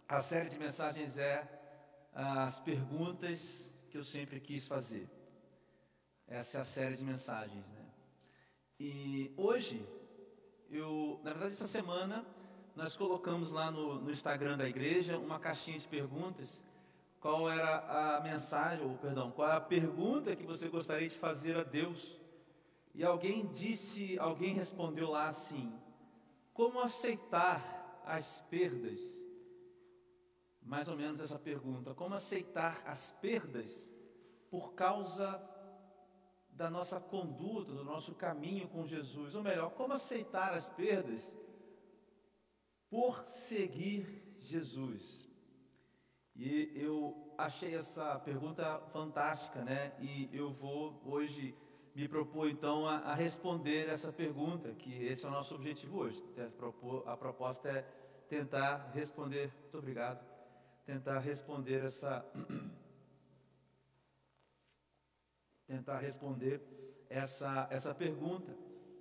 A série de mensagens é as perguntas que eu sempre quis fazer. Essa é a série de mensagens, né? E hoje, na verdade essa semana, nós colocamos lá no Instagram da igreja uma caixinha de perguntas. Qual era a mensagem, qual é a pergunta que você gostaria de fazer a Deus? E alguém respondeu lá assim: como aceitar as perdas? Mais ou menos essa pergunta: como aceitar as perdas por causa da nossa conduta, do nosso caminho com Jesus? Ou melhor, como aceitar as perdas por seguir Jesus? E eu achei essa pergunta fantástica, né? E eu vou hoje me propor então a responder essa pergunta, que esse é o nosso objetivo hoje. A proposta é tentar responder, muito obrigado, tentar responder essa pergunta.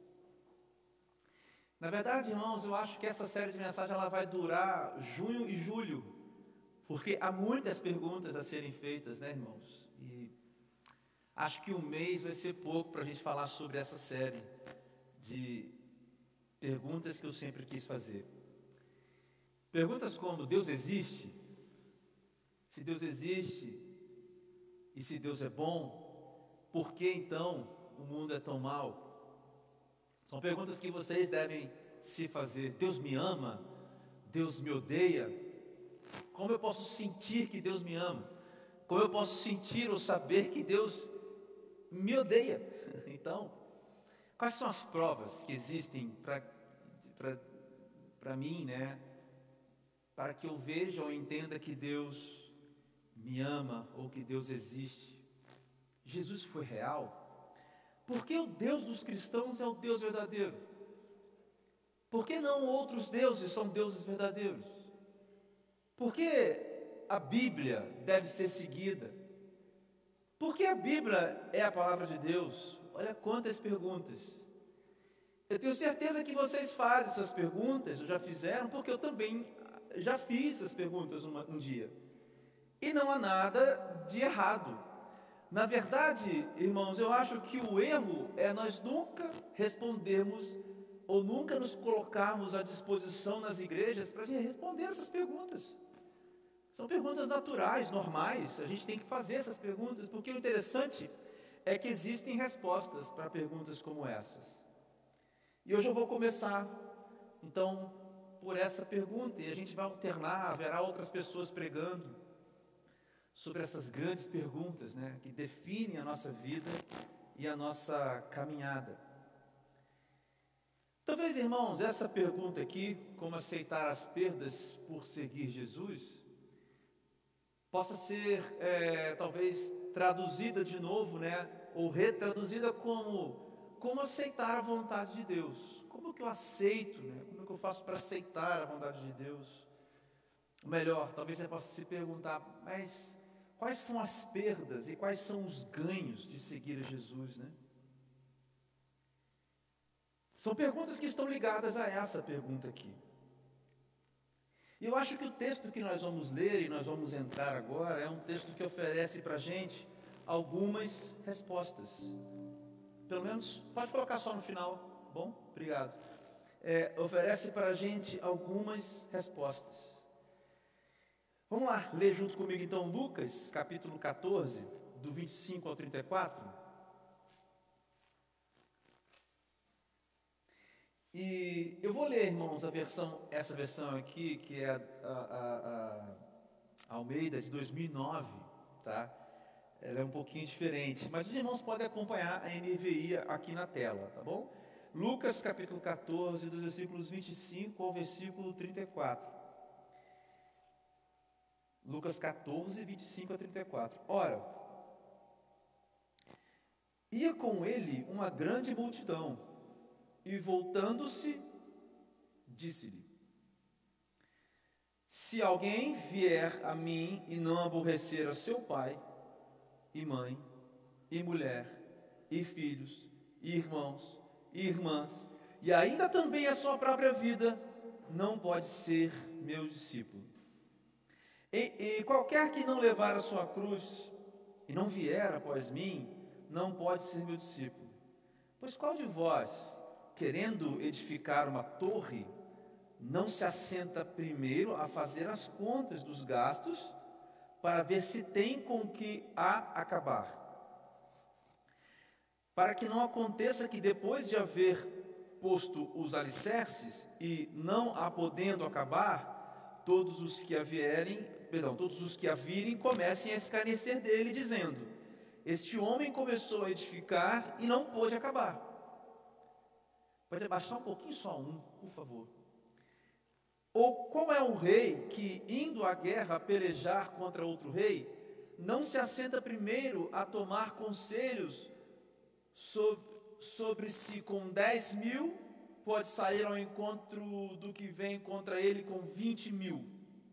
Na verdade, irmãos, eu acho que essa série de mensagens ela vai durar junho e julho, porque há muitas perguntas a serem feitas, né, irmãos? E acho que um mês vai ser pouco para a gente falar sobre essa série de perguntas que eu sempre quis fazer. Perguntas como: Deus existe? Se Deus existe, e se Deus é bom, por que então o mundo é tão mau? São perguntas que vocês devem se fazer. Deus me ama? Deus me odeia? Como eu posso sentir que Deus me ama? Como eu posso sentir ou saber que Deus me odeia? Então, quais são as provas que existem para mim, né? Para que eu veja ou entenda que Deus me ama ou que Deus existe? Jesus foi real? Por que o Deus dos cristãos é o Deus verdadeiro? Por que não outros deuses são deuses verdadeiros? Por que a Bíblia deve ser seguida? Por que a Bíblia é a palavra de Deus? Olha quantas perguntas. Eu tenho certeza que vocês fazem essas perguntas, ou já fizeram, porque eu também já fiz essas perguntas um dia. E não há nada de errado. Na verdade, irmãos, eu acho que o erro é nós nunca respondermos ou nunca nos colocarmos à disposição nas igrejas para responder essas perguntas. São perguntas naturais, normais, a gente tem que fazer essas perguntas, porque o interessante é que existem respostas para perguntas como essas. E hoje eu vou começar, então, por essa pergunta, e a gente vai alternar, haverá outras pessoas pregando sobre essas grandes perguntas, né, que definem a nossa vida e a nossa caminhada. Talvez, irmãos, essa pergunta aqui, como aceitar as perdas por seguir Jesus, possa ser, talvez, traduzida de novo, né, ou retraduzida como aceitar a vontade de Deus. Como que eu aceito, né? Como que eu faço para aceitar a vontade de Deus? Ou melhor, talvez você possa se perguntar: mas quais são as perdas e quais são os ganhos de seguir a Jesus, né? São perguntas que estão ligadas a essa pergunta aqui. E eu acho que o texto que nós vamos ler e nós vamos entrar agora é um texto que oferece para a gente algumas respostas. Pelo menos, pode colocar só no final, bom? Obrigado. Oferece para a gente algumas respostas. Vamos lá, ler junto comigo então Lucas, capítulo 14, do 25 ao 34. E eu vou ler, irmãos, essa versão aqui, que é a Almeida de 2009, tá? Ela é um pouquinho diferente, mas os irmãos podem acompanhar a NVI aqui na tela, tá bom? Lucas, capítulo 14, dos versículos 25 ao versículo 34. Lucas 14, 25 a 34. Ora, ia com ele uma grande multidão, e voltando-se, disse-lhe: se alguém vier a mim e não aborrecer a seu pai, e mãe, e mulher, e filhos, e irmãos, e irmãs, e ainda também a sua própria vida, não pode ser meu discípulo. E qualquer que não levar a sua cruz e não vier após mim, não pode ser meu discípulo. Pois qual de vós, querendo edificar uma torre, não se assenta primeiro a fazer as contas dos gastos, para ver se tem com que a acabar? Para que não aconteça que depois de haver posto os alicerces e não a podendo acabar, todos os que a virem comecem a escarnecer dele, dizendo: este homem começou a edificar e não pôde acabar. Pode abaixar um pouquinho, só um, por favor. Ou como é um rei que, indo à guerra pelejar contra outro rei, não se assenta primeiro a tomar conselhos sobre se com 10.000 pode sair ao encontro do que vem contra ele com 20.000.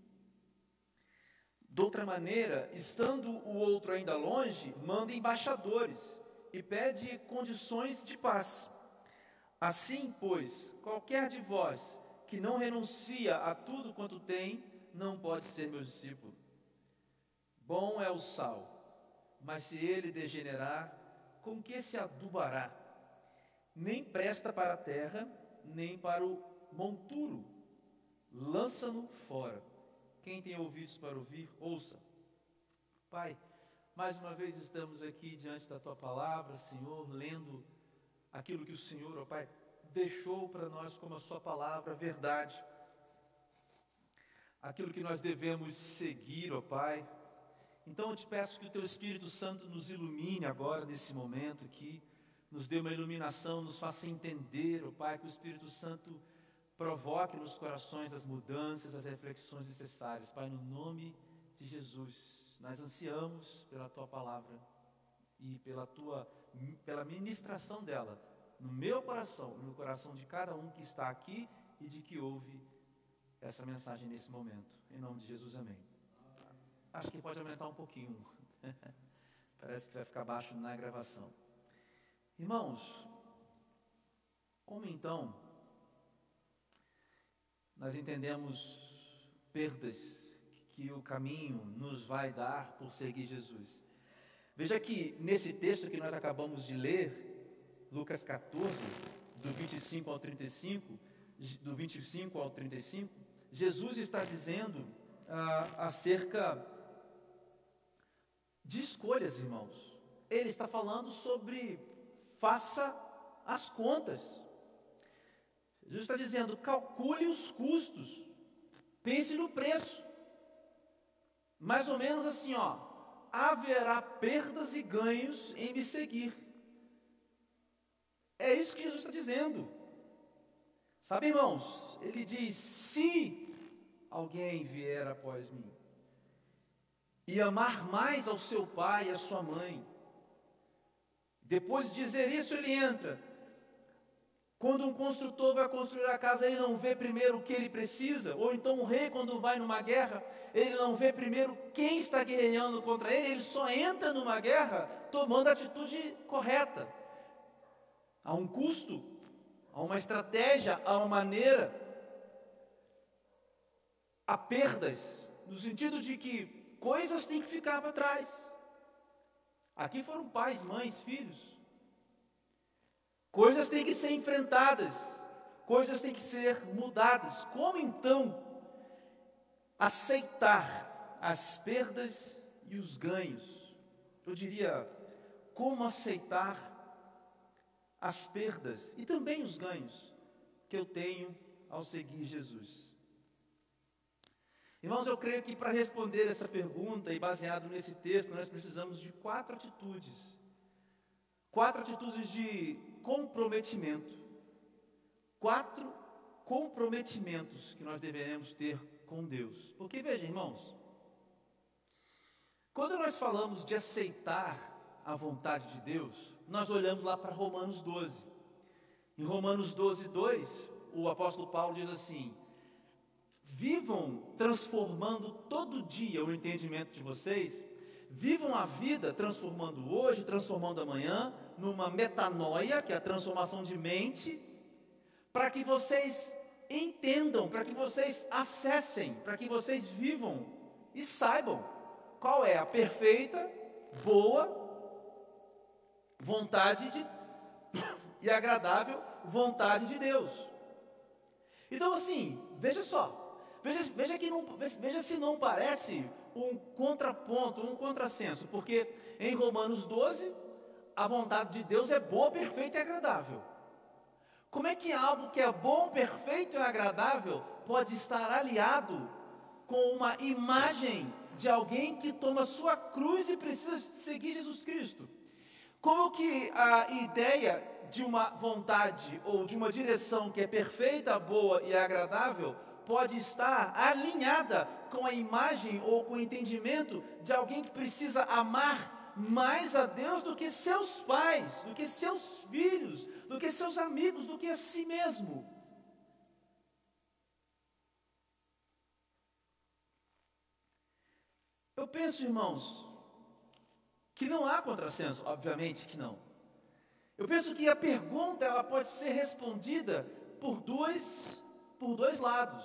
De outra maneira, estando o outro ainda longe, manda embaixadores e pede condições de paz. Assim, pois, qualquer de vós que não renuncia a tudo quanto tem, não pode ser meu discípulo. Bom é o sal, mas se ele degenerar, com que se adubará? Nem presta para a terra, nem para o monturo. Lança-no fora. Quem tem ouvidos para ouvir, ouça. Pai, mais uma vez estamos aqui diante da Tua palavra, Senhor, lendo aquilo que o Senhor, ó Pai, deixou para nós como a Sua palavra, verdade. Aquilo que nós devemos seguir, ó Pai. Então eu te peço que o Teu Espírito Santo nos ilumine agora, nesse momento aqui, nos dê uma iluminação, nos faça entender, ó Pai, que o Espírito Santo provoque nos corações as mudanças, as reflexões necessárias. Pai, no nome de Jesus, nós ansiamos pela Tua palavra e pela ministração dela, no meu coração, no coração de cada um que está aqui e de que ouve essa mensagem nesse momento. Em nome de Jesus, amém. Acho que pode aumentar um pouquinho. Parece que vai ficar baixo na gravação. Irmãos, como então nós entendemos perdas que o caminho nos vai dar por seguir Jesus? Veja que nesse texto que nós acabamos de ler, Lucas 14, do 25 ao 35, do 25 ao 35, Jesus está dizendo acerca de escolhas, irmãos. Ele está falando sobre faça as contas. Jesus está dizendo, calcule os custos, pense no preço. Mais ou menos assim, haverá perdas e ganhos em me seguir. É isso que Jesus está dizendo. Sabe, irmãos, ele diz, se alguém vier após mim, e amar mais ao seu pai e à sua mãe, depois de dizer isso, ele entra. Quando um construtor vai construir a casa, ele não vê primeiro o que ele precisa. Ou então um rei, quando vai numa guerra, ele não vê primeiro quem está guerreando contra ele. Ele só entra numa guerra tomando a atitude correta. Há um custo, há uma estratégia, há uma maneira. Há perdas, no sentido de que coisas têm que ficar para trás. Aqui foram pais, mães, filhos. Coisas têm que ser enfrentadas, coisas têm que ser mudadas. Como então aceitar as perdas e os ganhos? Eu diria, como aceitar as perdas e também os ganhos que eu tenho ao seguir Jesus? Irmãos, eu creio que para responder essa pergunta e baseado nesse texto, nós precisamos de 4 atitudes. 4 atitudes de comprometimento. 4 comprometimentos que nós deveremos ter com Deus. Porque veja, irmãos, quando nós falamos de aceitar a vontade de Deus, nós olhamos lá para Romanos 12. Em Romanos 12, 2, o apóstolo Paulo diz assim, vivam transformando todo dia o entendimento de vocês, vivam a vida transformando hoje, transformando amanhã, numa metanoia, que é a transformação de mente, para que vocês entendam, para que vocês acessem, para que vocês vivam e saibam qual é a perfeita, boa vontade e agradável vontade de Deus. Então assim, veja só, veja se não parece um contraponto, um contrassenso, porque em Romanos 12, a vontade de Deus é boa, perfeita e agradável. Como é que algo que é bom, perfeito e agradável pode estar aliado com uma imagem de alguém que toma sua cruz e precisa seguir Jesus Cristo? Como que a ideia de uma vontade ou de uma direção que é perfeita, boa e agradável pode estar alinhada com a imagem ou com o entendimento de alguém que precisa amar mais a Deus do que seus pais, do que seus filhos, do que seus amigos, do que a si mesmo? Eu penso, irmãos, que não há contrassenso, obviamente que não. Eu penso que a pergunta ela pode ser respondida por dois lados.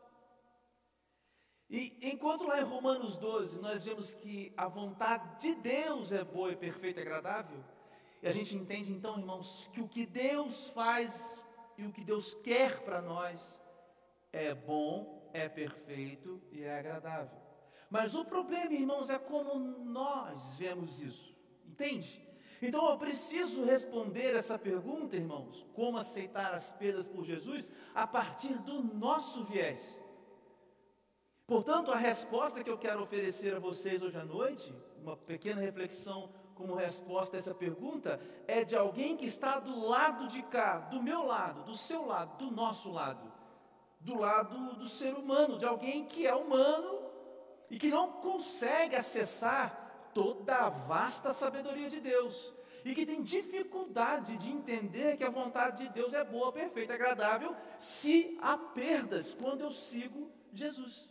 E enquanto lá em Romanos 12 nós vemos que a vontade de Deus é boa e perfeita e agradável, e a gente entende então, irmãos, que o que Deus faz e o que Deus quer para nós é bom, é perfeito e é agradável. Mas o problema, irmãos, é como nós vemos isso, entende? Então eu preciso responder essa pergunta, irmãos, como aceitar as perdas por Jesus, a partir do nosso viés. Portanto, a resposta que eu quero oferecer a vocês hoje à noite, uma pequena reflexão como resposta a essa pergunta, é de alguém que está do lado de cá, do meu lado, do seu lado, do nosso lado, do lado do ser humano, de alguém que é humano e que não consegue acessar toda a vasta sabedoria de Deus, e que tem dificuldade de entender que a vontade de Deus é boa, perfeita, agradável, se há perdas quando eu sigo Jesus.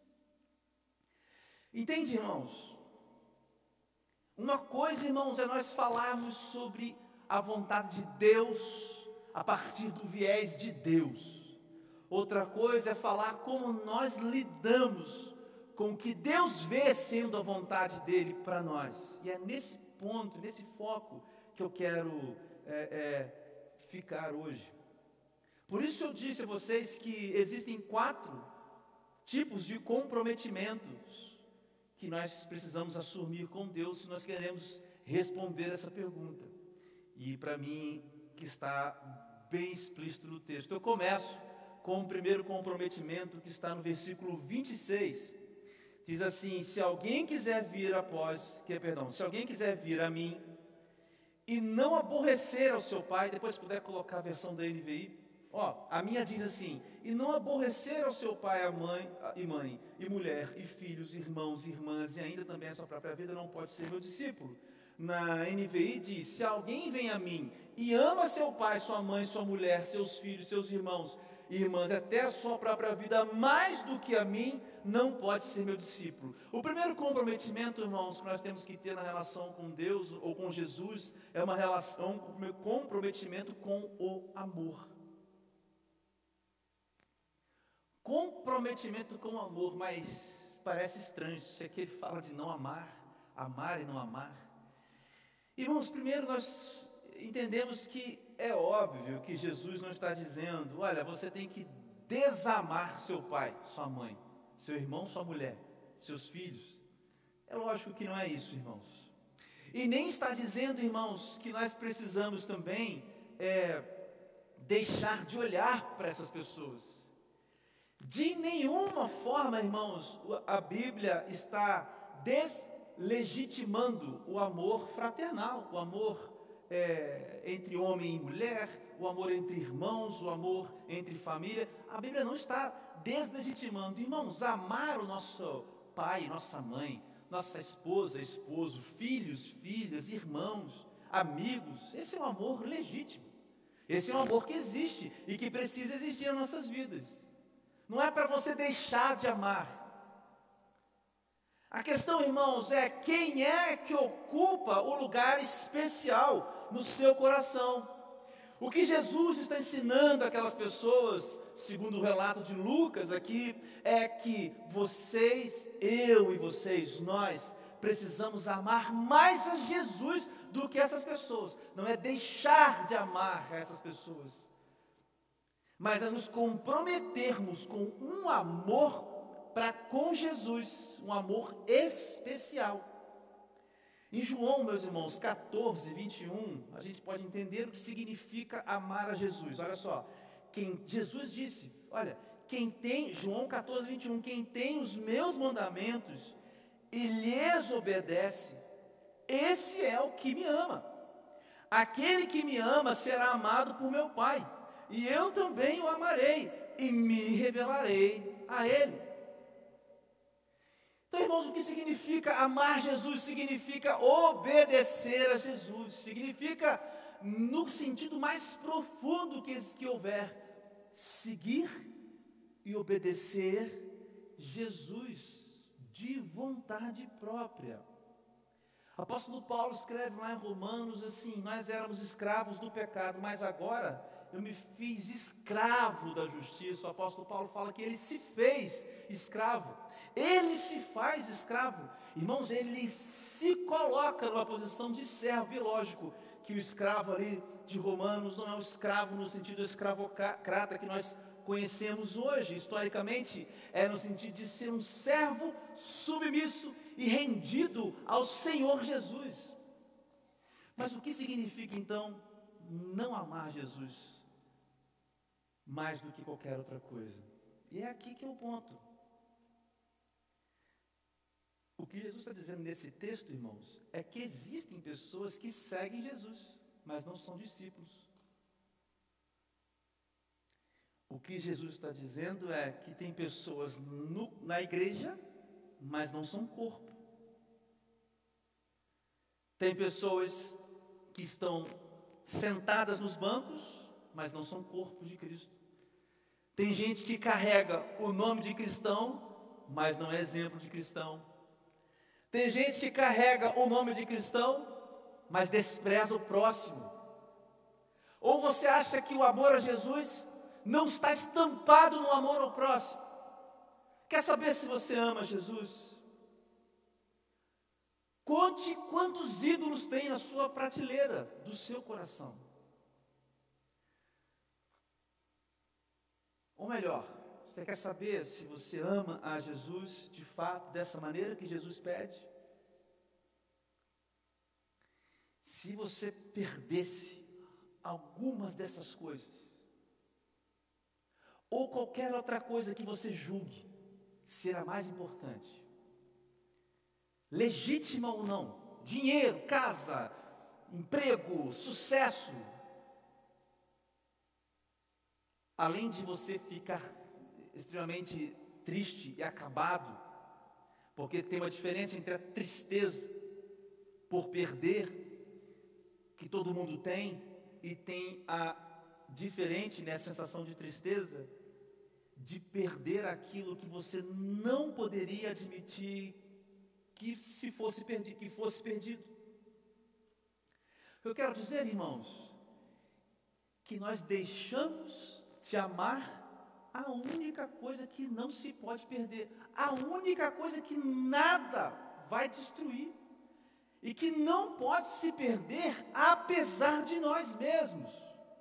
Entende, irmãos? Uma coisa, irmãos, é nós falarmos sobre a vontade de Deus a partir do viés de Deus. Outra coisa é falar como nós lidamos com o que Deus vê sendo a vontade dele para nós. E é nesse ponto, nesse foco que eu quero ficar hoje. Por isso eu disse a vocês que existem 4 tipos de comprometimentos que nós precisamos assumir com Deus se nós queremos responder essa pergunta. E para mim, que está bem explícito no texto. Eu começo com o primeiro comprometimento que está no versículo 26. Diz assim: se alguém quiser vir se alguém quiser vir a mim e não aborrecer ao seu pai, depois se puder colocar a versão da NVI, a minha diz assim: e não aborrecer ao seu pai, a mãe, e mulher, e filhos, irmãos, irmãs, e ainda também a sua própria vida, não pode ser meu discípulo. Na NVI diz: se alguém vem a mim e ama seu pai, sua mãe, sua mulher, seus filhos, seus irmãos, irmãs, até a sua própria vida, mais do que a mim, não pode ser meu discípulo. O primeiro comprometimento, irmãos, que nós temos que ter na relação com Deus ou com Jesus, é um comprometimento com o amor. Comprometimento com o amor, mas parece estranho, é que ele fala de não amar, amar e não amar. Irmãos, primeiro nós entendemos que é óbvio que Jesus não está dizendo: olha, você tem que desamar seu pai, sua mãe, seu irmão, sua mulher, seus filhos. É lógico que não é isso, irmãos. E nem está dizendo, irmãos, que nós precisamos também deixar de olhar para essas pessoas. De nenhuma forma, irmãos, a Bíblia está deslegitimando o amor fraternal, o amor entre homem e mulher, o amor entre irmãos, o amor entre família. A Bíblia não está deslegitimando. Irmãos, amar o nosso pai, nossa mãe, nossa esposa, esposo, filhos, filhas, irmãos, amigos, esse é um amor legítimo. Esse é um amor que existe e que precisa existir nas nossas vidas. Não é para você deixar de amar. A questão, irmãos, é quem é que ocupa o lugar especial no seu coração. O que Jesus está ensinando aquelas pessoas, segundo o relato de Lucas aqui, é que vocês, eu e vocês, nós, precisamos amar mais a Jesus do que essas pessoas. Não é deixar de amar essas pessoas, mas é nos comprometermos com um amor para com Jesus, um amor especial. Em João, meus irmãos, 14, 21, a gente pode entender o que significa amar a Jesus. Olha só, Jesus disse, olha, João 14, 21, quem tem os meus mandamentos e lhes obedece, esse é o que me ama. Aquele que me ama será amado por meu Pai, e eu também o amarei e me revelarei a ele. Então, irmãos, o que significa amar Jesus? Significa obedecer a Jesus. Significa, no sentido mais profundo que houver, seguir e obedecer Jesus de vontade própria. O apóstolo Paulo escreve lá em Romanos assim: nós éramos escravos do pecado, mas agora eu me fiz escravo da justiça. O apóstolo Paulo fala que ele se fez escravo. Ele se faz escravo. Irmãos, ele se coloca numa posição de servo. E lógico que o escravo ali de Romanos não é um escravo no sentido escravocrata que nós conhecemos hoje. Historicamente, é no sentido de ser um servo submisso e rendido ao Senhor Jesus. Mas o que significa então não amar Jesus mais do que qualquer outra coisa? E é aqui que é o ponto. O que Jesus está dizendo nesse texto, irmãos, é que existem pessoas que seguem Jesus, mas não são discípulos. O que Jesus está dizendo é que tem pessoas na igreja, mas não são corpo. Tem pessoas que estão sentadas nos bancos, mas não são corpo de Cristo. Tem gente que carrega o nome de cristão, mas não é exemplo de cristão. Tem gente que carrega o nome de cristão, mas despreza o próximo. Ou você acha que o amor a Jesus não está estampado no amor ao próximo? Quer saber se você ama Jesus? Conte quantos ídolos tem na sua prateleira do seu coração. Ou melhor, você quer saber se você ama a Jesus de fato, dessa maneira que Jesus pede? Se você perdesse algumas dessas coisas, ou qualquer outra coisa que você julgue ser a mais importante, legítima ou não, dinheiro, casa, emprego, sucesso, além de você ficar extremamente triste e acabado, porque tem uma diferença entre a tristeza por perder, que todo mundo tem, e tem a diferente, né, sensação de tristeza, de perder aquilo que você não poderia admitir que fosse perdido. Eu quero dizer, irmãos, que nós deixamos de amar a única coisa que não se pode perder, a única coisa que nada vai destruir e que não pode se perder apesar de nós mesmos.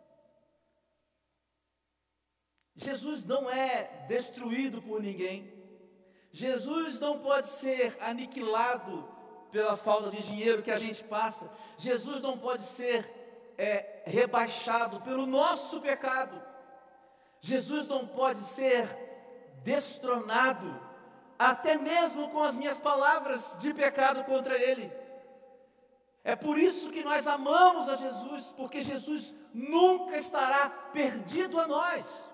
Jesus não é destruído por ninguém. Jesus não pode ser aniquilado pela falta de dinheiro que a gente passa. Jesus não pode ser rebaixado pelo nosso pecado. Jesus não pode ser destronado, até mesmo com as minhas palavras de pecado contra Ele. É por isso que nós amamos a Jesus, porque Jesus nunca estará perdido a nós.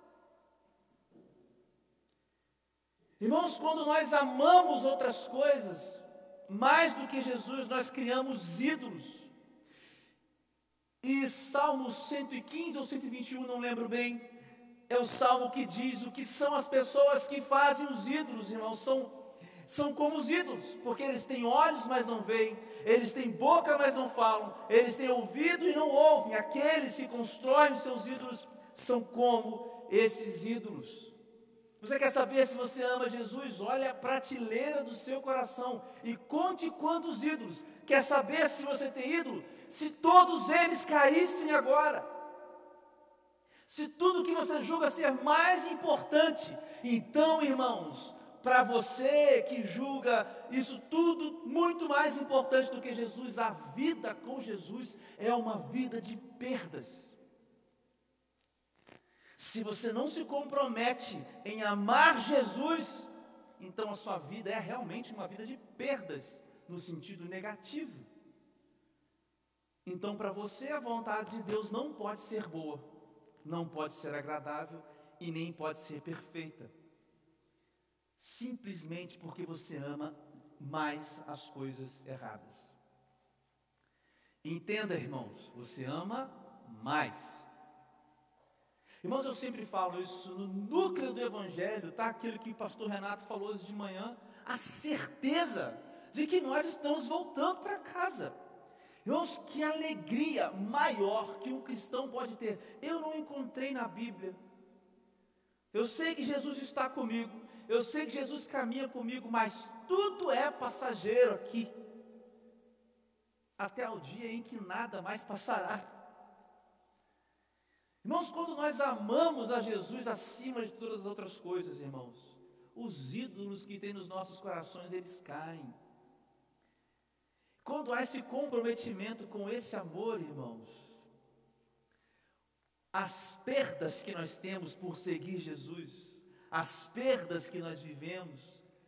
Irmãos, quando nós amamos outras coisas, mais do que Jesus, nós criamos ídolos. E Salmo 115 ou 121, não lembro bem, é o salmo que diz o que são as pessoas que fazem os ídolos, irmãos. são como os ídolos, porque eles têm olhos, mas não veem, eles têm boca, mas não falam, eles têm ouvido e não ouvem. Aqueles que constroem os seus ídolos são como esses ídolos. Você quer saber se você ama Jesus? Olha a prateleira do seu coração e conte quantos ídolos. Quer saber se você tem ídolo? Se todos eles caíssem agora, se tudo que você julga ser mais importante, então, irmãos, para você que julga isso tudo muito mais importante do que Jesus, a vida com Jesus é uma vida de perdas. Se você não se compromete em amar Jesus, então a sua vida é realmente uma vida de perdas, no sentido negativo. Então, para você, a vontade de Deus não pode ser boa, não pode ser agradável e nem pode ser perfeita. Simplesmente porque você ama mais as coisas erradas. Entenda, irmãos, você ama mais. Irmãos, eu sempre falo isso, no núcleo do Evangelho está aquilo que o pastor Renato falou hoje de manhã, a certeza de que nós estamos voltando para casa. Irmãos, que alegria maior que um cristão pode ter. Eu não encontrei na Bíblia. Eu sei que Jesus está comigo, eu sei que Jesus caminha comigo, mas tudo é passageiro aqui, até o dia em que nada mais passará. Irmãos, quando nós amamos a Jesus acima de todas as outras coisas, irmãos, os ídolos que tem nos nossos corações, eles caem. Quando há esse comprometimento com esse amor, irmãos, as perdas que nós temos por seguir Jesus, as perdas que nós vivemos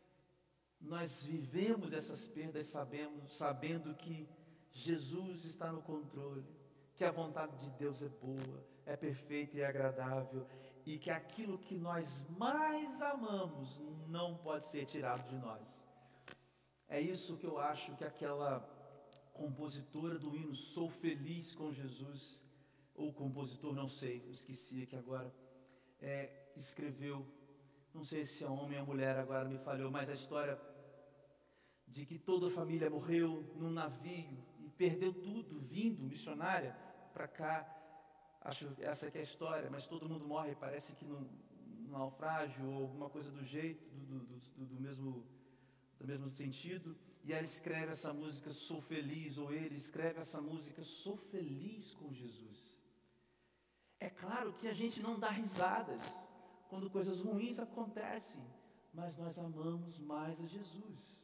essas perdas sabendo que Jesus está no controle, que a vontade de Deus é boa, é perfeita e é agradável, e que aquilo que nós mais amamos não pode ser tirado de nós. É isso que eu acho que aquela compositora do hino Sou Feliz com Jesus, ou compositor, não sei, eu esqueci aqui agora, escreveu, não sei se é homem ou mulher, agora me falhou, mas a história de que toda a família morreu num navio e perdeu tudo, vindo missionária para cá. Acho que essa aqui é a história, mas todo mundo morre, parece que num naufrágio ou alguma coisa do jeito, do mesmo sentido. E ela escreve essa música, Sou Feliz, ou ele escreve essa música, Sou Feliz com Jesus. É claro que a gente não dá risadas quando coisas ruins acontecem, mas nós amamos mais a Jesus.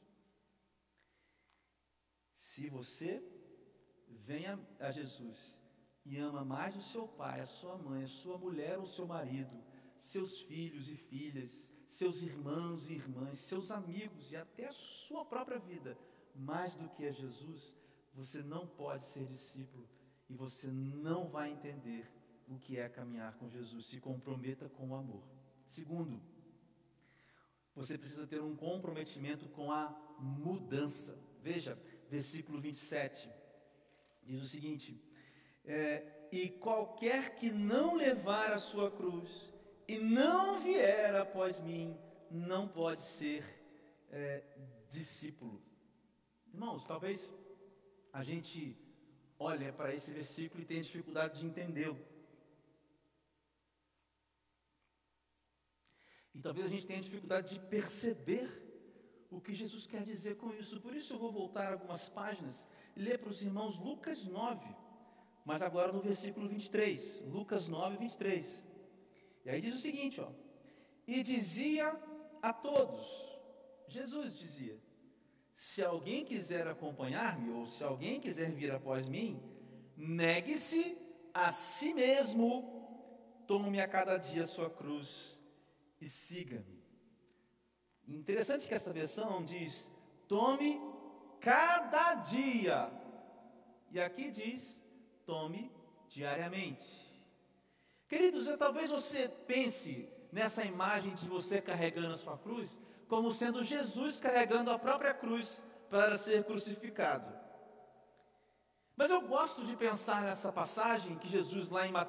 Se você vem a Jesus e ama mais o seu pai, a sua mãe, a sua mulher ou seu marido, seus filhos e filhas, seus irmãos e irmãs, seus amigos e até a sua própria vida, mais do que a Jesus, você não pode ser discípulo e você não vai entender o que é caminhar com Jesus. Se comprometa com o amor. Segundo, você precisa ter um comprometimento com a mudança. Veja, versículo 27, diz o seguinte: e qualquer que não levar a sua cruz e não vier após mim, não pode ser discípulo. Irmãos, talvez a gente olhe para esse versículo e tenha dificuldade de entendê-lo. E talvez a gente tenha dificuldade de perceber o que Jesus quer dizer com isso. Por isso eu vou voltar algumas páginas e ler para os irmãos Lucas 9, mas agora no versículo 23, Lucas 9, 23. E aí diz o seguinte, e dizia a todos, Jesus dizia, se alguém quiser acompanhar-me, ou se alguém quiser vir após mim, negue-se a si mesmo, tome a cada dia a sua cruz e siga-me. Interessante que essa versão diz, tome cada dia, e aqui diz, tome diariamente. Queridos, talvez você pense nessa imagem de você carregando a sua cruz, como sendo Jesus carregando a própria cruz para ser crucificado. Mas eu gosto de pensar nessa passagem que Jesus lá em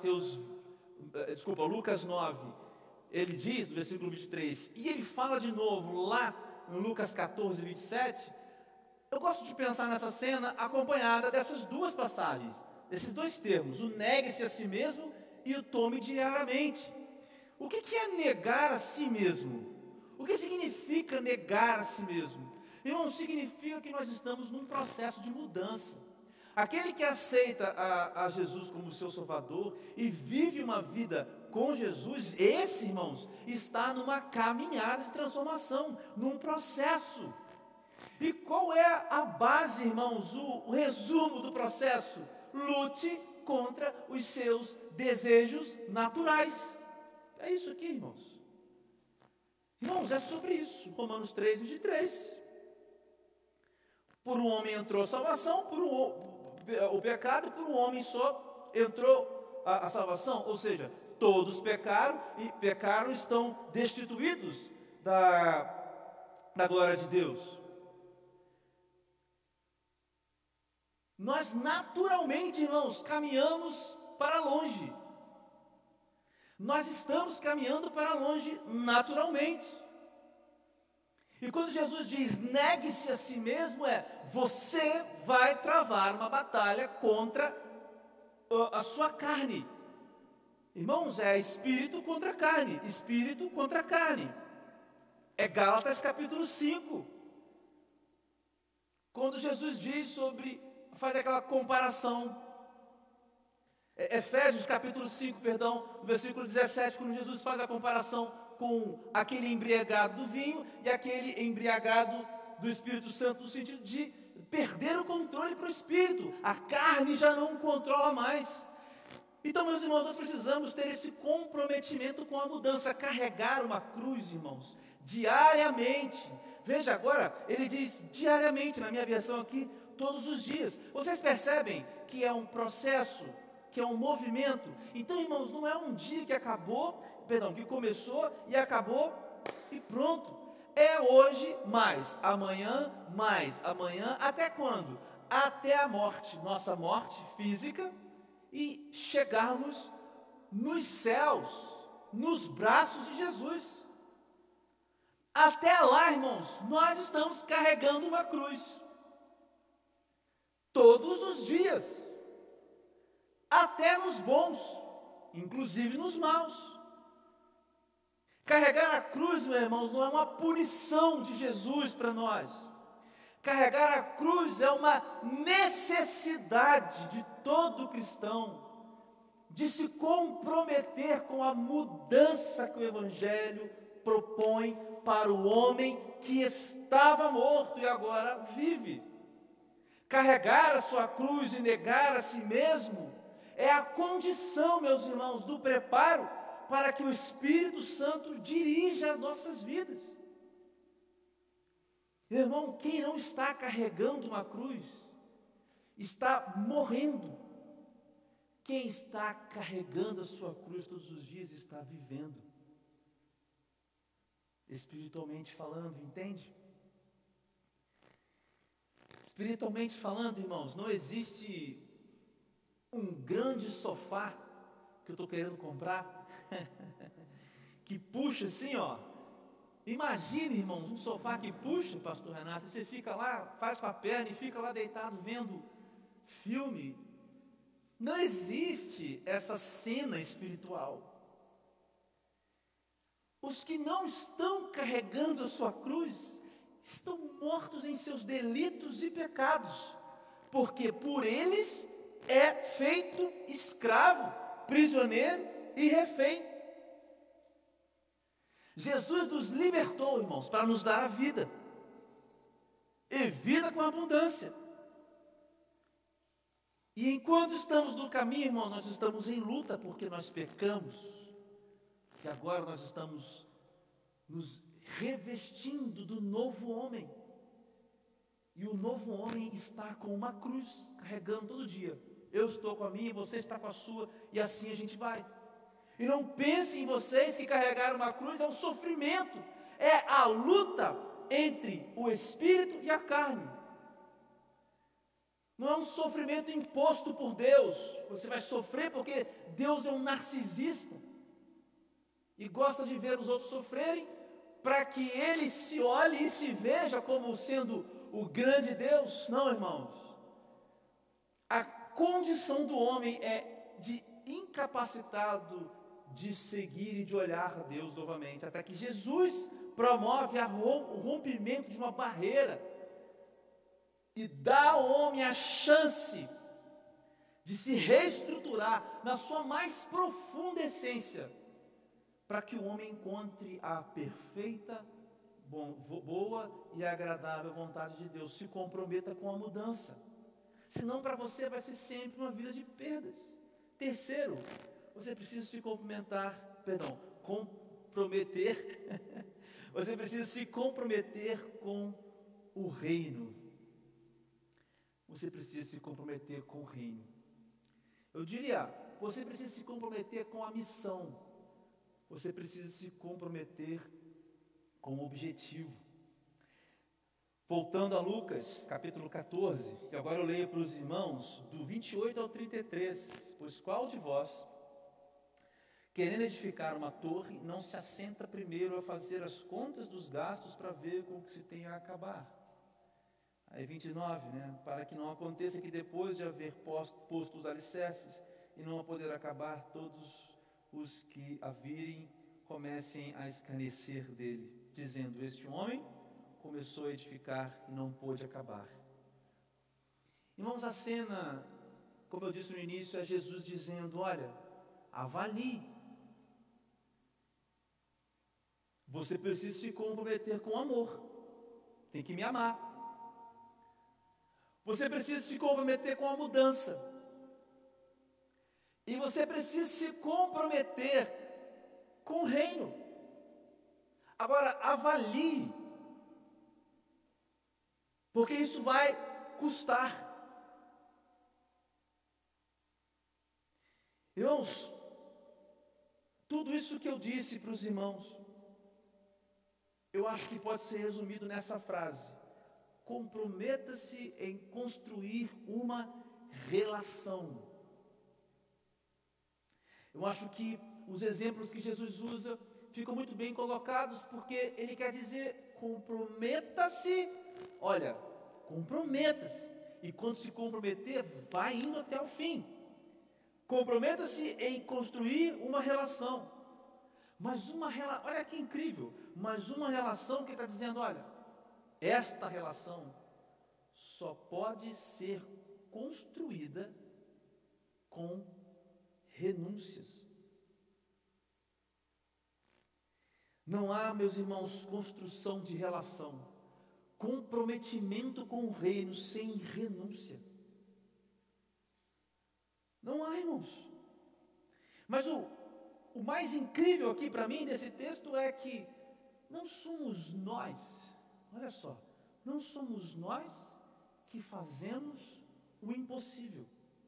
Lucas 9, ele diz no versículo 23, e ele fala de novo lá em Lucas 14, 27, eu gosto de pensar nessa cena acompanhada dessas duas passagens, desses dois termos, o negue-se a si mesmo e o tome diariamente. O que é negar a si mesmo? O que significa negar a si mesmo? Irmão, significa que nós estamos num processo de mudança. Aquele que aceita a Jesus como seu Salvador e vive uma vida com Jesus, esse, irmãos, está numa caminhada de transformação, num processo. E qual é a base, irmãos, o resumo do processo? Lute contra os seus desejos naturais. É isso aqui, irmãos. Irmãos, é sobre isso. Romanos 3, 23. Por um homem entrou a salvação, o pecado, por um homem só entrou a salvação. Ou seja, todos pecaram e pecaram, estão destituídos da glória de Deus. Nós naturalmente, irmãos, caminhamos para longe. Nós estamos caminhando para longe naturalmente. E quando Jesus diz, negue-se a si mesmo, você vai travar uma batalha contra a sua carne. Irmãos, é espírito contra carne, espírito contra carne. É Gálatas capítulo 5. Quando Jesus diz faz aquela comparação. Efésios capítulo 5, versículo 17, quando Jesus faz a comparação com aquele embriagado do vinho e aquele embriagado do Espírito Santo, no sentido de perder o controle para o Espírito. A carne já não controla mais. Então, meus irmãos, nós precisamos ter esse comprometimento com a mudança, carregar uma cruz, irmãos, diariamente. Veja agora, ele diz diariamente, na minha versão aqui, todos os dias. Vocês percebem que é um processo, que é um movimento? Então, irmãos, não é um dia que começou e acabou e pronto. É hoje mais amanhã, até quando? Até a morte, nossa morte física, e chegarmos nos céus, nos braços de Jesus. Até lá, irmãos, nós estamos carregando uma cruz. Todos os dias. Até nos bons, inclusive nos maus. Carregar a cruz, meus irmãos, não é uma punição de Jesus para nós. Carregar a cruz é uma necessidade de todo cristão, de se comprometer com a mudança que o Evangelho propõe para o homem que estava morto e agora vive. Carregar a sua cruz e negar a si mesmo é a condição, meus irmãos, do preparo para que o Espírito Santo dirija as nossas vidas. Irmão, quem não está carregando uma cruz, está morrendo. Quem está carregando a sua cruz todos os dias, está vivendo. Espiritualmente falando, entende? Espiritualmente falando, irmãos, não existe um grande sofá que eu estou querendo comprar, que puxa assim, ó. Imagine, irmãos, um sofá que puxa, pastor Renato, e você fica lá, faz com a perna e fica lá deitado vendo filme. Não existe essa cena espiritual. Os que não estão carregando a sua cruz estão mortos em seus delitos e pecados, porque por eles é feito escravo, prisioneiro e refém. Jesus nos libertou, irmãos, para nos dar a vida, e vida com abundância. E enquanto estamos no caminho, irmão, nós estamos em luta, porque nós pecamos, e agora nós estamos nos revestindo do novo homem, e o novo homem está com uma cruz, carregando todo dia. Eu estou com a minha, você está com a sua, e assim a gente vai. E não pensem em vocês que carregar uma cruz é um sofrimento, é a luta entre o espírito e a carne. Não é um sofrimento imposto por Deus. Você vai sofrer porque Deus é um narcisista e gosta de ver os outros sofrerem para que ele se olhe e se veja como sendo o grande Deus. Não, irmãos. A condição do homem é de incapacitado de seguir e de olhar a Deus novamente, até que Jesus promove o rompimento de uma barreira e dá ao homem a chance de se reestruturar na sua mais profunda essência, para que o homem encontre a perfeita, boa e agradável vontade de Deus, se comprometa com a mudança. Senão para você vai ser sempre uma vida de perdas. Terceiro, você precisa se comprometer, você precisa se comprometer com o reino. Você precisa se comprometer com o reino. Eu diria, você precisa se comprometer com a missão. Você precisa se comprometer com o objetivo. Voltando a Lucas, capítulo 14, que agora eu leio para os irmãos, do 28 ao 33. Pois qual de vós, querendo edificar uma torre, não se assenta primeiro a fazer as contas dos gastos para ver com o que se tem a acabar? Aí 29, para que não aconteça que depois de haver posto os alicerces e não a poder acabar, todos os que a virem comecem a escarnecer dele, dizendo: este homem começou a edificar e não pôde acabar. Irmãos, a cena, como eu disse no início, é Jesus dizendo: olha, avalie. Você precisa se comprometer com amor. Tem que me amar. Você precisa se comprometer com a mudança. E você precisa se comprometer com o reino. Agora, avalie. Porque isso vai custar. Irmãos, tudo isso que eu disse para os irmãos, eu acho que pode ser resumido nessa frase: comprometa-se em construir uma relação. Eu acho que os exemplos que Jesus usa ficam muito bem colocados, porque ele quer dizer: comprometa-se, olha, comprometa-se, e quando se comprometer, vai indo até o fim. Comprometa-se em construir uma relação. Mas olha que incrível, mas uma relação que está dizendo: olha, esta relação só pode ser construída com renúncias. Não há, meus irmãos, construção de relação, comprometimento com o reino sem renúncia. Não há, irmãos. Mas o mais incrível aqui para mim desse texto é que não somos nós, olha só, não somos nós que fazemos o impossível.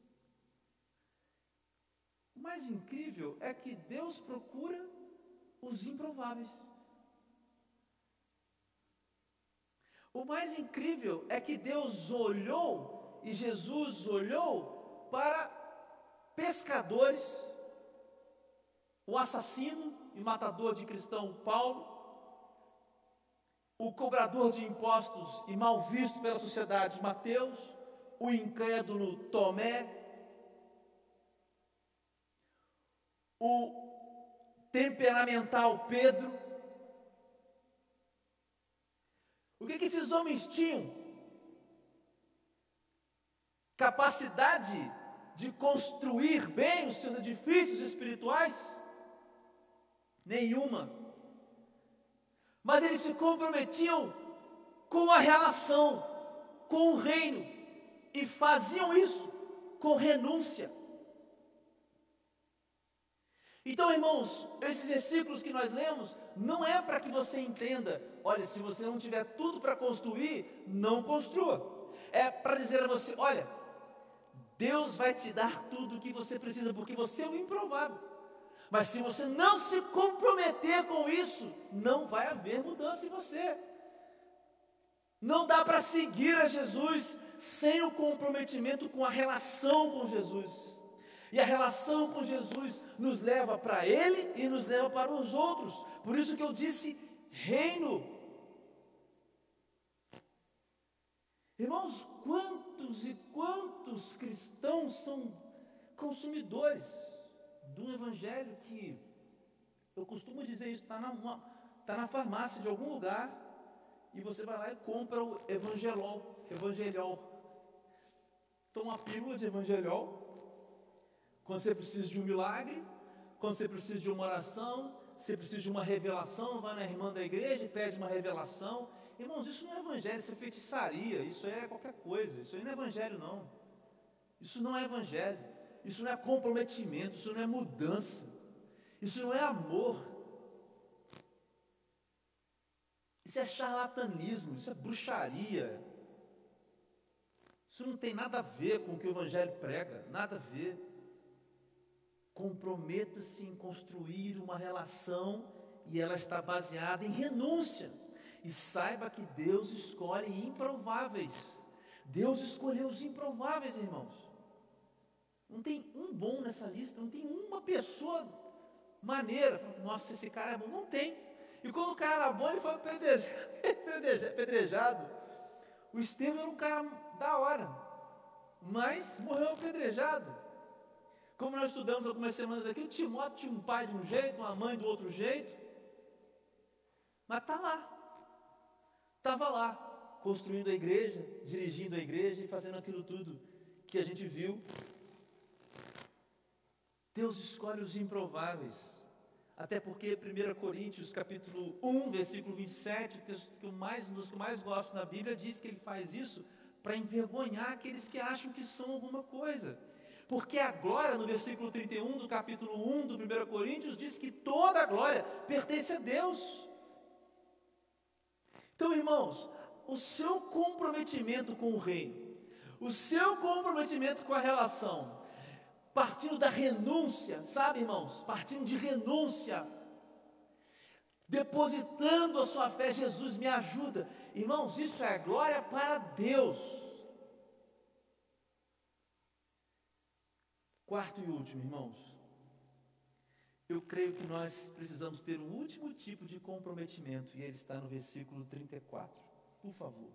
O mais incrível é que Deus procura os improváveis. O mais incrível é que Deus olhou e Jesus olhou para pescadores, o assassino e matador de cristão Paulo, o cobrador de impostos e mal visto pela sociedade Mateus, o incrédulo Tomé, o temperamental Pedro. O que esses homens tinham? Capacidade de construir bem os seus edifícios espirituais? Nenhuma. Mas eles se comprometiam com a relação, com o reino, e faziam isso com renúncia. Então, irmãos, esses versículos que nós lemos, não é para que você entenda: olha, se você não tiver tudo para construir, não construa. É para dizer a você: olha, Deus vai te dar tudo o que você precisa, porque você é o improvável. Mas se você não se comprometer com isso, não vai haver mudança em você. Não dá para seguir a Jesus sem o comprometimento com a relação com Jesus. E a relação com Jesus nos leva para Ele e nos leva para os outros. Por isso que eu disse reino. Irmãos, quantos e quantos cristãos são consumidores do evangelho que, eu costumo dizer isso, está na farmácia de algum lugar, e você vai lá e compra o evangeliol. Toma uma pílula de evangeliol, quando você precisa de um milagre, quando você precisa de uma oração, você precisa de uma revelação, vai na irmã da igreja e pede uma revelação. Irmãos, isso não é evangelho, isso é feitiçaria, isso é qualquer coisa, isso aí não é evangelho não. Isso não é evangelho, isso não é comprometimento, isso não é mudança, isso não é amor. Isso é charlatanismo, isso é bruxaria. Isso não tem nada a ver com o que o evangelho prega, nada a ver. Comprometa-se em construir uma relação e ela está baseada em renúncia. E saiba que Deus escolhe improváveis. Deus escolheu os improváveis, irmãos. Não tem um bom nessa lista, não tem uma pessoa maneira. Nossa, esse cara é bom. Não tem. E quando o cara era bom, ele foi apedrejado. O Estevão era um cara da hora, mas morreu apedrejado. Como nós estudamos algumas semanas aqui, o Timóteo tinha um pai de um jeito, uma mãe do outro jeito, mas está lá. Estava lá, construindo a igreja, dirigindo a igreja e fazendo aquilo tudo que a gente viu. Deus escolhe os improváveis. Até porque 1 Coríntios capítulo 1, versículo 27, o texto que um dos que eu mais gosto na Bíblia, diz que ele faz isso para envergonhar aqueles que acham que são alguma coisa. Porque a glória, no versículo 31 do capítulo 1 do 1 Coríntios, diz que toda a glória pertence a Deus. Então, irmãos, o seu comprometimento com o reino, o seu comprometimento com a relação, partindo da renúncia, sabe, irmãos? Partindo de renúncia, depositando a sua fé, Jesus me ajuda. Irmãos, isso é glória para Deus. Quarto e último, irmãos, eu creio que nós precisamos ter um último tipo de comprometimento, e ele está no versículo 34, por favor.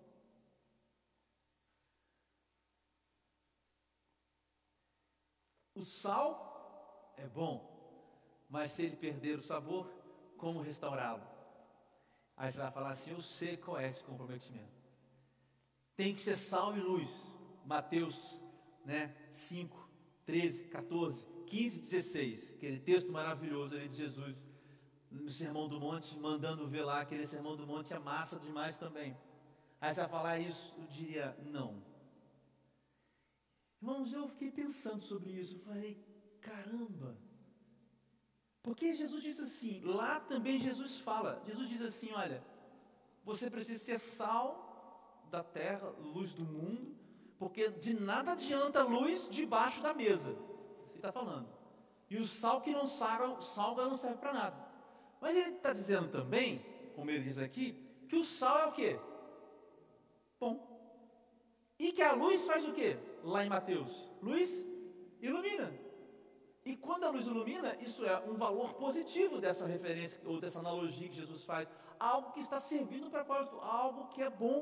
O sal é bom, mas se ele perder o sabor, como restaurá-lo? Aí você vai falar assim, eu sei qual é esse comprometimento. Tem que ser sal e luz. Mateus 5, 13, 14, 15, 16. Aquele texto maravilhoso ali de Jesus, no Sermão do Monte, mandando ver lá, aquele Sermão do Monte é massa demais também. Aí você vai falar isso, eu diria, não. Irmãos, eu fiquei pensando sobre isso, eu falei, caramba, porque Jesus disse assim, lá também Jesus diz assim, olha, você precisa ser sal da terra, luz do mundo, porque de nada adianta luz debaixo da mesa, isso ele está falando, e o sal que não salga não serve para nada, mas ele está dizendo também, como ele diz aqui, que o sal é o quê? Bom, e que a luz faz o quê? Lá em Mateus, luz ilumina. E quando a luz ilumina, isso é um valor positivo dessa referência, ou dessa analogia que Jesus faz. Algo que está servindo para propósito, algo que é bom.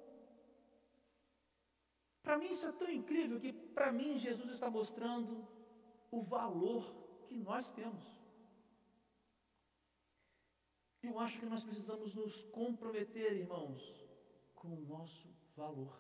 Para mim isso é tão incrível que para mim Jesus está mostrando o valor que nós temos. Eu acho que nós precisamos nos comprometer, irmãos, com o nosso valor.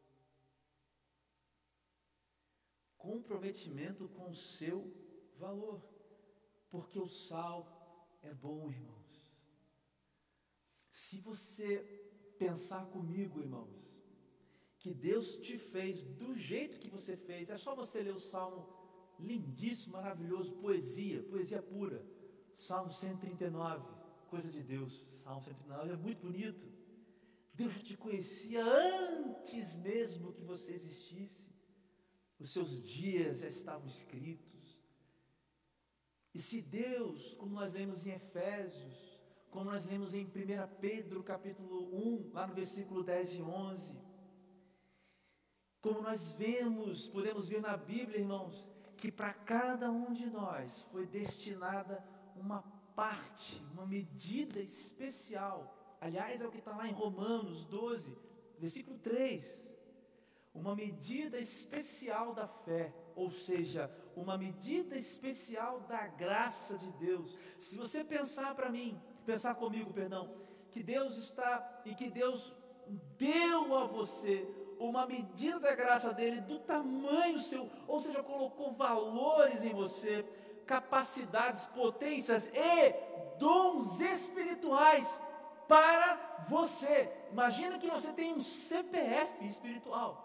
Comprometimento com o seu valor, porque o sal é bom, irmãos. Se você pensar comigo, irmãos, que Deus te fez do jeito que você fez, é só você ler o Salmo lindíssimo, maravilhoso, poesia pura, Salmo 139, coisa de Deus, Salmo 139, é muito bonito. Deus já te conhecia antes mesmo que você existisse. Os seus dias já estavam escritos. E se Deus, como nós lemos em Efésios, como nós lemos em 1 Pedro capítulo 1, lá no versículo 10 e 11, como nós podemos ver na Bíblia, irmãos, que para cada um de nós foi destinada uma parte, uma medida especial. Aliás, é o que está lá em Romanos 12, versículo 3. Uma medida especial da fé, ou seja, uma medida especial da graça de Deus. Se você pensar comigo, que Deus está e que Deus deu a você uma medida da graça dele do tamanho seu, ou seja, colocou valores em você, capacidades, potências e dons espirituais para você. Imagina que você tem um CPF espiritual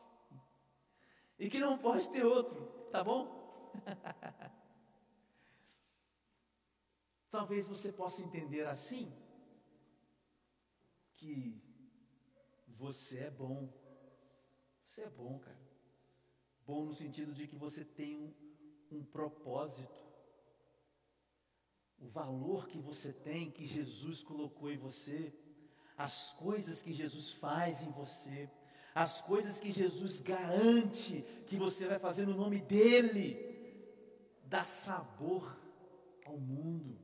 e que não pode ter outro, tá bom? Talvez você possa entender assim, que você é bom. Você é bom, cara. Bom no sentido de que você tem um propósito. O valor que você tem, que Jesus colocou em você, as coisas que Jesus faz em você, as coisas que Jesus garante que você vai fazer no nome dEle, dá sabor ao mundo,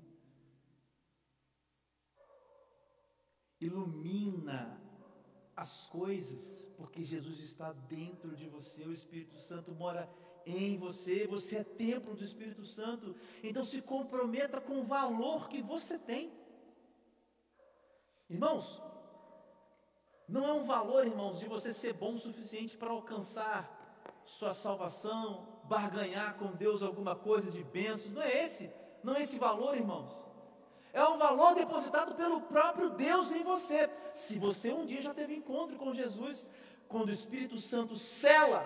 ilumina as coisas, porque Jesus está dentro de você, o Espírito Santo mora em você, você é templo do Espírito Santo. Então se comprometa com o valor que você tem. Irmãos, não é um valor, irmãos, de você ser bom o suficiente para alcançar sua salvação, barganhar com Deus alguma coisa de bênçãos. Não é esse valor, irmãos. É um valor depositado pelo próprio Deus em você. Se você um dia já teve encontro com Jesus, quando o Espírito Santo sela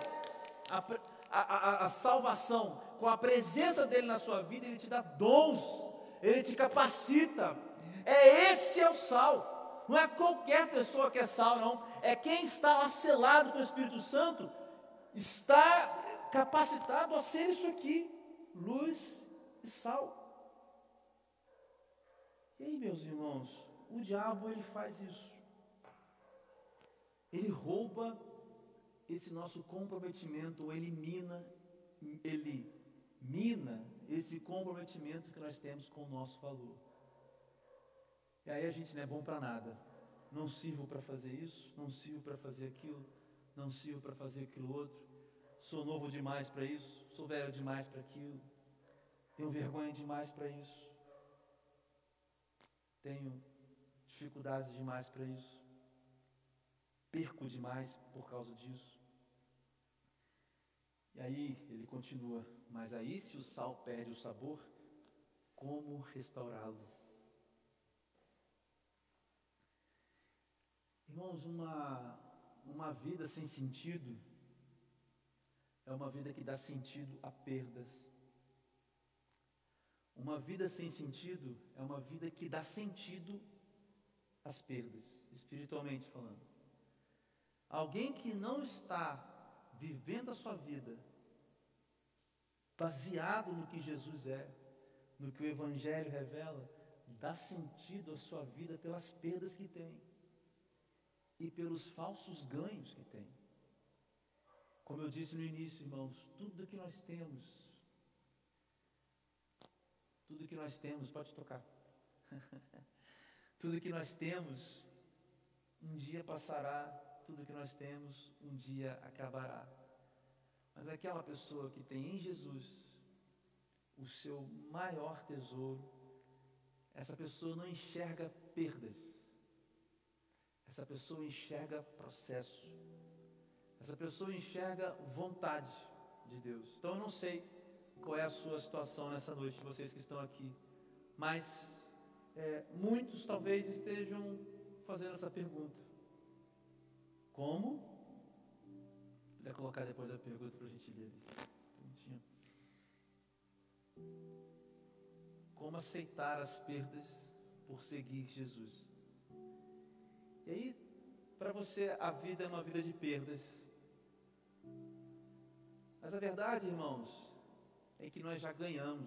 a salvação com a presença dele na sua vida, ele te dá dons, ele te capacita. Esse é o sal. Não é qualquer pessoa que é sal, não. É quem está lá selado com o Espírito Santo, está capacitado a ser isso aqui, luz e sal. E aí, meus irmãos, o diabo ele faz isso. Ele rouba esse nosso comprometimento, ou ele mina esse comprometimento que nós temos com o nosso valor. E aí a gente não é bom para nada. Não sirvo para fazer isso, não sirvo para fazer aquilo, não sirvo para fazer aquilo outro. Sou novo demais para isso, sou velho demais para aquilo. Tenho vergonha demais para isso. Tenho dificuldades demais para isso. Perco demais por causa disso. E aí ele continua, mas aí se o sal perde o sabor, como restaurá-lo? Irmãos, uma vida sem sentido é uma vida que dá sentido a perdas. Uma vida sem sentido é uma vida que dá sentido às perdas, espiritualmente falando. Alguém que não está vivendo a sua vida baseado no que Jesus é, no que o Evangelho revela, dá sentido à sua vida pelas perdas que tem e pelos falsos ganhos que tem. Como eu disse no início, irmãos, tudo que nós temos, pode tocar, tudo que nós temos, um dia passará, tudo que nós temos, um dia acabará. Mas aquela pessoa que tem em Jesus o seu maior tesouro, essa pessoa não enxerga perdas, essa pessoa enxerga processo, essa pessoa enxerga vontade de Deus. Então eu não sei qual é a sua situação nessa noite, vocês que estão aqui, mas muitos talvez estejam fazendo essa pergunta: como? Se puder colocar depois a pergunta para a gente ler. Como aceitar as perdas por seguir Jesus? E aí, para você, a vida é uma vida de perdas. Mas a verdade, irmãos, é que nós já ganhamos.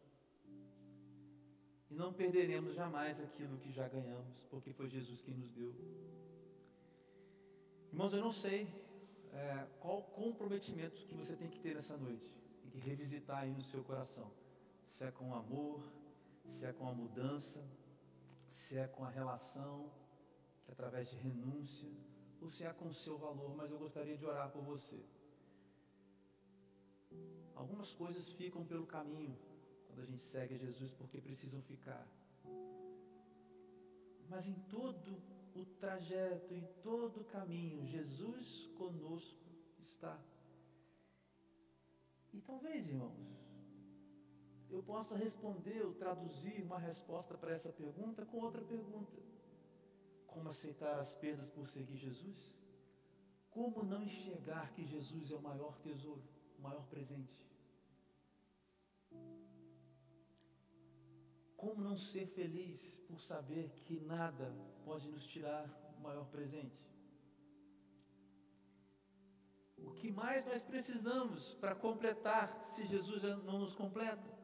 E não perderemos jamais aquilo que já ganhamos, porque foi Jesus quem nos deu. Irmãos, eu não sei qual o comprometimento que você tem que ter nessa noite. Tem que revisitar aí no seu coração. Se é com amor, se é com a mudança, se é com a relação, que é através de renúncia, ou se é com o seu valor, mas eu gostaria de orar por você. Algumas coisas ficam pelo caminho, quando a gente segue a Jesus, porque precisam ficar. Mas em todo o trajeto, em todo o caminho, Jesus conosco está. E talvez, irmãos, eu possa responder ou traduzir uma resposta para essa pergunta com outra pergunta. Como aceitar as perdas por seguir Jesus? Como não enxergar que Jesus é o maior tesouro, o maior presente? Como não ser feliz por saber que nada pode nos tirar o maior presente? O que mais nós precisamos para completar se Jesus já não nos completa?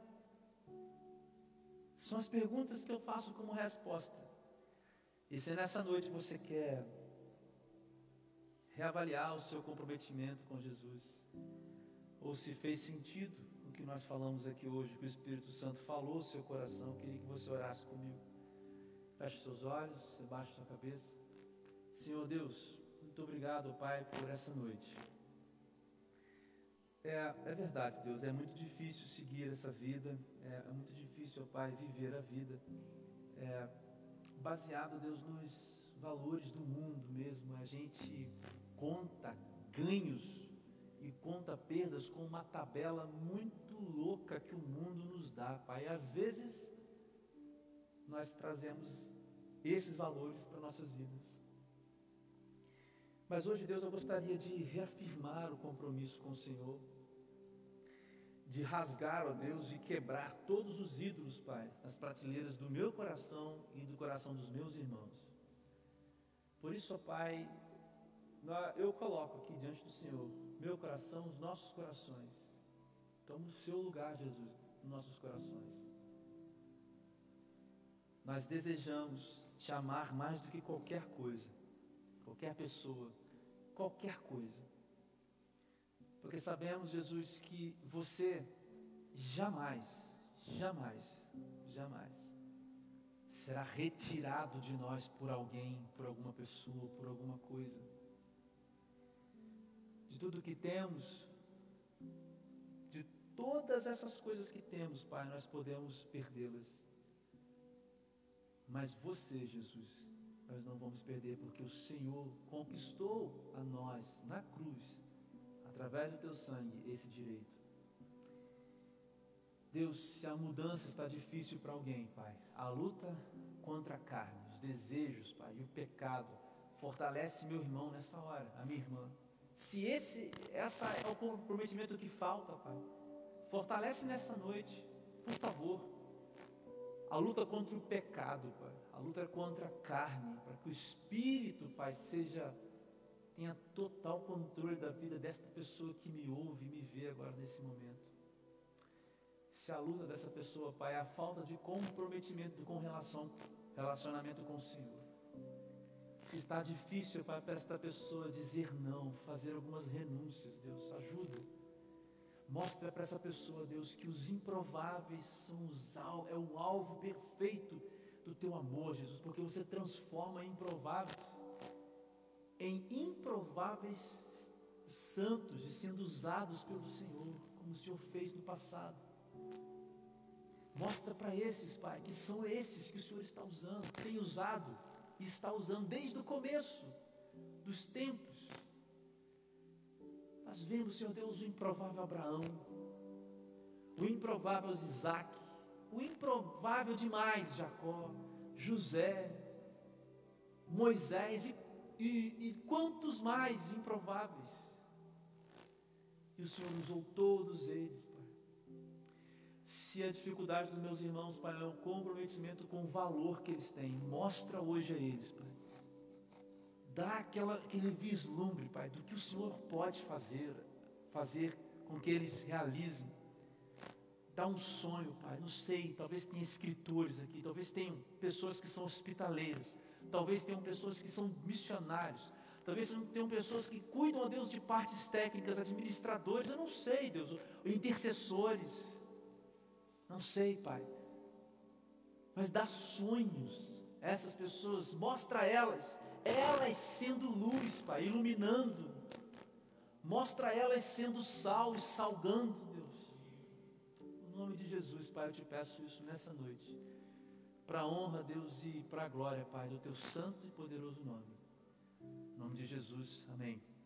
São as perguntas que eu faço como resposta. E se nessa noite você quer reavaliar o seu comprometimento com Jesus, ou se fez sentido o que nós falamos aqui hoje, que o Espírito Santo falou no seu coração, eu queria que você orasse comigo. Feche seus olhos, abaixe sua cabeça. Senhor Deus, muito obrigado, Pai, por essa noite. É verdade, Deus, é muito difícil seguir essa vida, é muito difícil, Pai, viver a vida, baseado, Deus, nos valores do mundo mesmo. A gente conta ganhos e conta perdas com uma tabela muito louca que o mundo nos dá, Pai. E às vezes nós trazemos esses valores para nossas vidas. Mas hoje, Deus, eu gostaria de reafirmar o compromisso com o Senhor, de rasgar, ó Deus, e quebrar todos os ídolos, Pai, nas prateleiras do meu coração e do coração dos meus irmãos. Por isso, ó Pai, eu coloco aqui diante do Senhor, meu coração, os nossos corações. Toma o seu lugar, Jesus, nos nossos corações. Nós desejamos te amar mais do que qualquer coisa, qualquer pessoa, qualquer coisa. Porque sabemos, Jesus, que você jamais será retirado de nós por alguém, por alguma pessoa, por alguma coisa. De tudo que temos, de todas essas coisas que temos, Pai, nós podemos perdê-las. Mas você, Jesus, nós não vamos perder, porque o Senhor conquistou a nós na cruz, através do teu sangue, esse direito. Deus, se a mudança está difícil para alguém, Pai, a luta contra a carne, os desejos, Pai, e o pecado, fortalece meu irmão nessa hora, a minha irmã. Se esse é o comprometimento que falta, Pai, fortalece nessa noite, por favor. A luta contra o pecado, Pai, a luta contra a carne, para que o Espírito, Pai, tenha total controle da vida desta pessoa que me ouve e me vê agora nesse momento. Se a luta dessa pessoa, Pai, é a falta de comprometimento com relacionamento com o Senhor. Se está difícil, Pai, para esta pessoa dizer não, fazer algumas renúncias, Deus, ajuda. Mostra para essa pessoa, Deus, que os improváveis é o alvo perfeito do teu amor, Jesus, porque você transforma improváveis em improváveis santos e sendo usados pelo Senhor, como o Senhor fez no passado. Mostra para esses, Pai, que são esses que o Senhor está usando, tem usado e está usando desde o começo dos tempos. Nós vemos, Senhor Deus, o improvável Abraão, o improvável Isaac, o improvável demais Jacó, José, Moisés e quantos mais improváveis. E o Senhor usou todos eles, Pai. Se a dificuldade dos meus irmãos, Pai, é um comprometimento com o valor que eles têm, mostra hoje a eles, Pai. Dá aquele vislumbre, Pai, do que o Senhor pode fazer com que eles realizem. Dá um sonho, Pai, não sei, talvez tenha escritores aqui, talvez tenham pessoas que são hospitaleiras, talvez tenham pessoas que são missionários, talvez tenham pessoas que cuidam, ó Deus, de partes técnicas, administradores, eu não sei, Deus, intercessores, não sei, Pai. mas dá sonhos a essas pessoas, mostra elas sendo luz, Pai, iluminando, mostra elas sendo sal e salgando, Deus. Em nome de Jesus, Pai, eu te peço isso nessa noite, para a honra, Deus, e para a glória, Pai, do teu santo e poderoso nome. Em nome de Jesus, amém.